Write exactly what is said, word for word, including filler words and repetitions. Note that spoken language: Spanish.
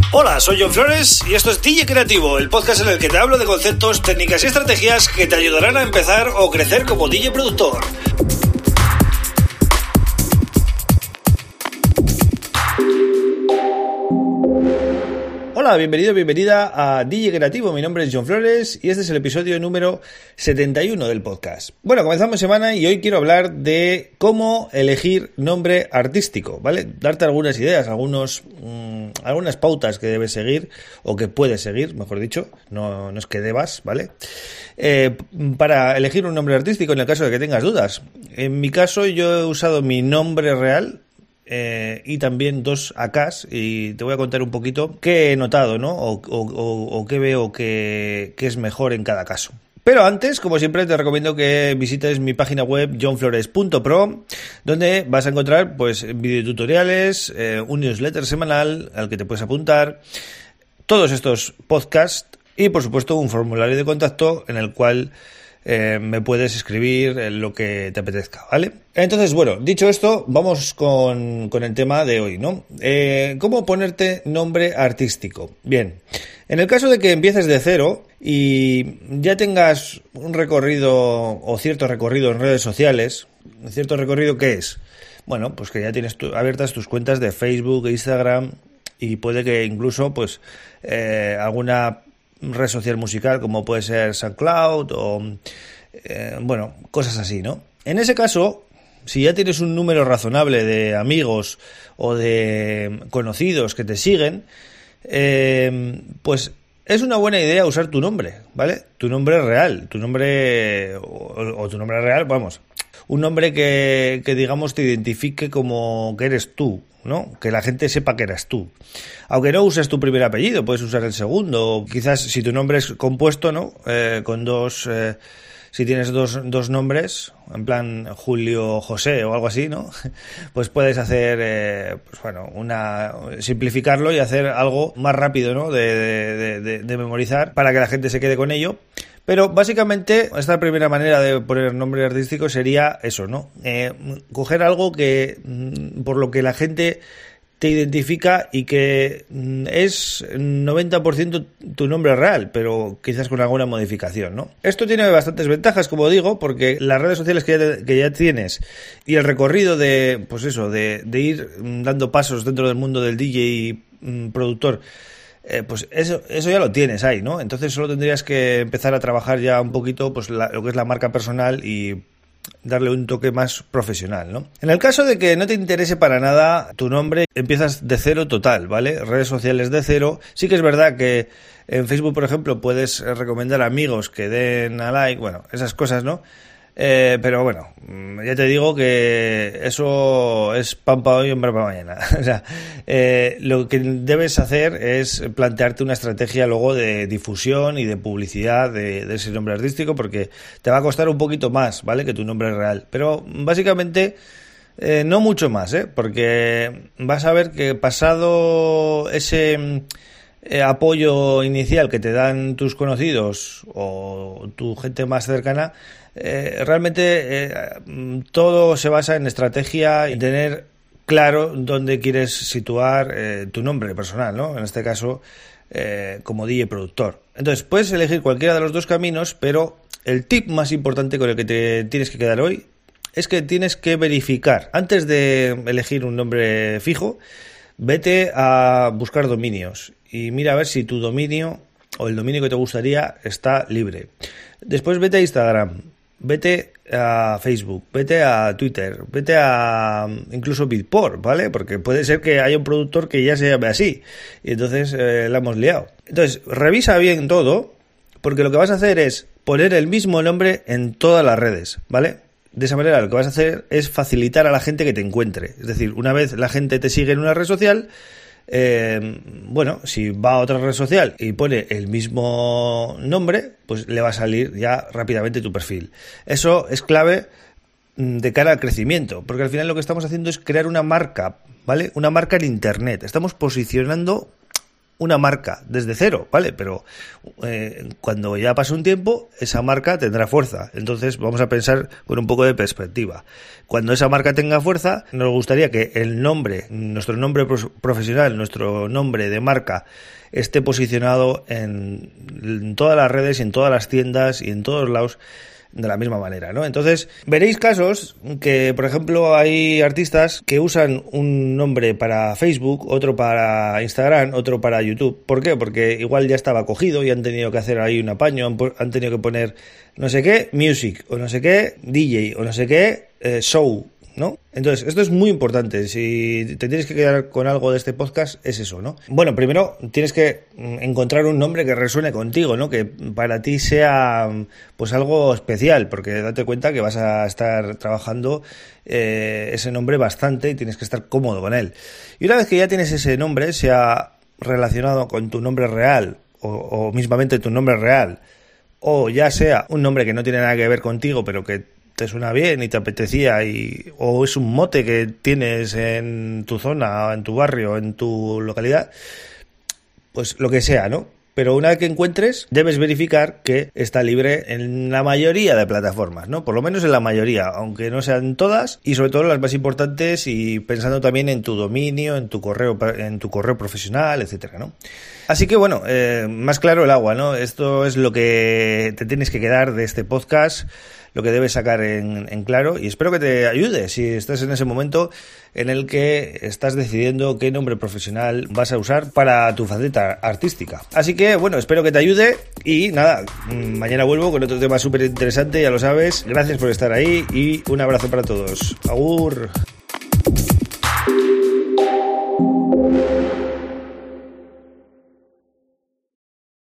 Hola, soy John Flores y esto es D J Creativo, el podcast en el que te hablo de conceptos, técnicas y estrategias que te ayudarán a empezar o crecer como D J productor. Hola, bienvenido, bienvenida a D J Creativo. Mi nombre es John Flores y este es el episodio número setenta y uno del podcast. Bueno, comenzamos semana y hoy quiero hablar de cómo elegir nombre artístico, ¿vale? Darte algunas ideas, algunos, mmm, algunas pautas que debes seguir o que puedes seguir, mejor dicho, no, no es que debas, ¿vale? Eh, para elegir un nombre artístico en el caso de que tengas dudas. En mi caso yo he usado mi nombre real, Eh, y también dos A Ks, y te voy a contar un poquito qué he notado, ¿no? O, o, o, o qué veo que, que es mejor en cada caso. Pero antes, como siempre, te recomiendo que visites mi página web john flores punto pro, donde vas a encontrar pues videotutoriales, eh, un newsletter semanal al que te puedes apuntar, todos estos podcasts y, por supuesto, un formulario de contacto en el cual Eh, me puedes escribir lo que te apetezca, ¿vale? Entonces, bueno, dicho esto, vamos con, con el tema de hoy, ¿no? Eh, ¿Cómo ponerte nombre artístico? Bien, en el caso de que empieces de cero y ya tengas un recorrido o cierto recorrido en redes sociales, ¿cierto recorrido qué es? Bueno, pues que ya tienes tu, abiertas tus cuentas de Facebook, Instagram y puede que incluso, pues, eh, alguna red social musical como puede ser SoundCloud o eh, bueno, cosas así, ¿no? En ese caso, si ya tienes un número razonable de amigos o de conocidos que te siguen, eh, pues es una buena idea usar tu nombre, ¿vale? Tu nombre real, tu nombre o, o tu nombre real, vamos, un nombre que, que digamos te identifique como que eres tú, ¿no? Que la gente sepa que eres tú. Aunque no uses tu primer apellido, puedes usar el segundo. Quizás si tu nombre es compuesto, ¿no? Eh, con dos, eh, si tienes dos, dos nombres, en plan Julio José o algo así, ¿no? Pues puedes hacer, eh, pues bueno, una simplificarlo y hacer algo más rápido, ¿no? De, de, de, de memorizar para que la gente se quede con ello. Pero básicamente esta primera manera de poner nombre artístico sería eso, ¿no? Eh, coger algo que por lo que la gente te identifica y que es noventa por ciento tu nombre real, pero quizás con alguna modificación, ¿no? Esto tiene bastantes ventajas, como digo, porque las redes sociales que ya, que ya tienes y el recorrido de, pues eso, de, de ir dando pasos dentro del mundo del D J y mm, productor, Eh, pues eso, eso ya lo tienes ahí, ¿no? Entonces solo tendrías que empezar a trabajar ya un poquito pues la, lo que es la marca personal y darle un toque más profesional, ¿no? En el caso de que no te interese para nada tu nombre, empiezas de cero total, ¿vale? Redes sociales de cero. Sí que es verdad que en Facebook, por ejemplo, puedes recomendar a amigos que den a like, bueno, esas cosas, ¿no? Eh, pero bueno, ya te digo que eso es pan para hoy y hambre para mañana. O sea, eh, lo que debes hacer es plantearte una estrategia luego de difusión y de publicidad de, de ese nombre artístico, porque te va a costar un poquito más, ¿vale? Que tu nombre real. Pero básicamente eh, no mucho más, ¿eh? Porque vas a ver que pasado ese eh, apoyo inicial que te dan tus conocidos o tu gente más cercana, Eh, realmente eh, todo se basa en estrategia y tener claro dónde quieres situar eh, tu nombre personal, ¿no? En este caso, eh, como D J productor. Entonces, puedes elegir cualquiera de los dos caminos, pero el tip más importante con el que te tienes que quedar hoy es que tienes que verificar. Antes de elegir un nombre fijo, vete a buscar dominios y mira a ver si tu dominio o el dominio que te gustaría está libre. Después vete a Instagram. Vete a Facebook, vete a Twitter, vete a incluso Beatport, ¿vale? Porque puede ser que haya un productor que ya se llame así y entonces eh, la hemos liado. Entonces, revisa bien todo, porque lo que vas a hacer es poner el mismo nombre en todas las redes, ¿vale? De esa manera lo que vas a hacer es facilitar a la gente que te encuentre. Es decir, una vez la gente te sigue en una red social, Eh, bueno, si va a otra red social y pone el mismo nombre, pues le va a salir ya rápidamente tu perfil. Eso es clave de cara al crecimiento, porque al final lo que estamos haciendo es crear una marca, ¿vale? Una marca en internet. Estamos posicionando una marca desde cero, ¿vale? Pero eh, cuando ya pase un tiempo, esa marca tendrá fuerza. Entonces vamos a pensar con un poco de perspectiva. Cuando esa marca tenga fuerza, nos gustaría que el nombre, nuestro nombre profesional, nuestro nombre de marca, esté posicionado en, en todas las redes y en todas las tiendas y en todos lados de la misma manera, ¿no? Entonces, veréis casos que, por ejemplo, hay artistas que usan un nombre para Facebook, otro para Instagram, otro para YouTube. ¿Por qué? Porque igual ya estaba cogido y han tenido que hacer ahí un apaño, han, han tenido que poner no sé qué, music, o no sé qué, D J, o no sé qué, eh, show, ¿no? Entonces, esto es muy importante. Si te tienes que quedar con algo de este podcast, es eso, ¿no? Bueno, primero tienes que encontrar un nombre que resuene contigo, ¿no? Que para ti sea pues algo especial, porque date cuenta que vas a estar trabajando eh, ese nombre bastante y tienes que estar cómodo con él. Y una vez que ya tienes ese nombre, sea relacionado con tu nombre real o, o mismamente tu nombre real, o ya sea un nombre que no tiene nada que ver contigo, pero que te suena bien y te apetecía, y o es un mote que tienes en tu zona, en tu barrio, en tu localidad, pues lo que sea, ¿no? Pero una vez que encuentres, debes verificar que está libre en la mayoría de plataformas, ¿no? Por lo menos en la mayoría, aunque no sean todas, y sobre todo las más importantes, y pensando también en tu dominio, en tu correo, en tu correo profesional, etcétera, ¿no? Así que bueno, eh, más claro el agua, ¿no? Esto es lo que te tienes que quedar de este podcast, lo que debes sacar en, en claro, y espero que te ayude si estás en ese momento en el que estás decidiendo qué nombre profesional vas a usar para tu faceta artística. Así que bueno, espero que te ayude y nada, mañana vuelvo con otro tema súper interesante, ya lo sabes. Gracias por estar ahí y un abrazo para todos. Agur.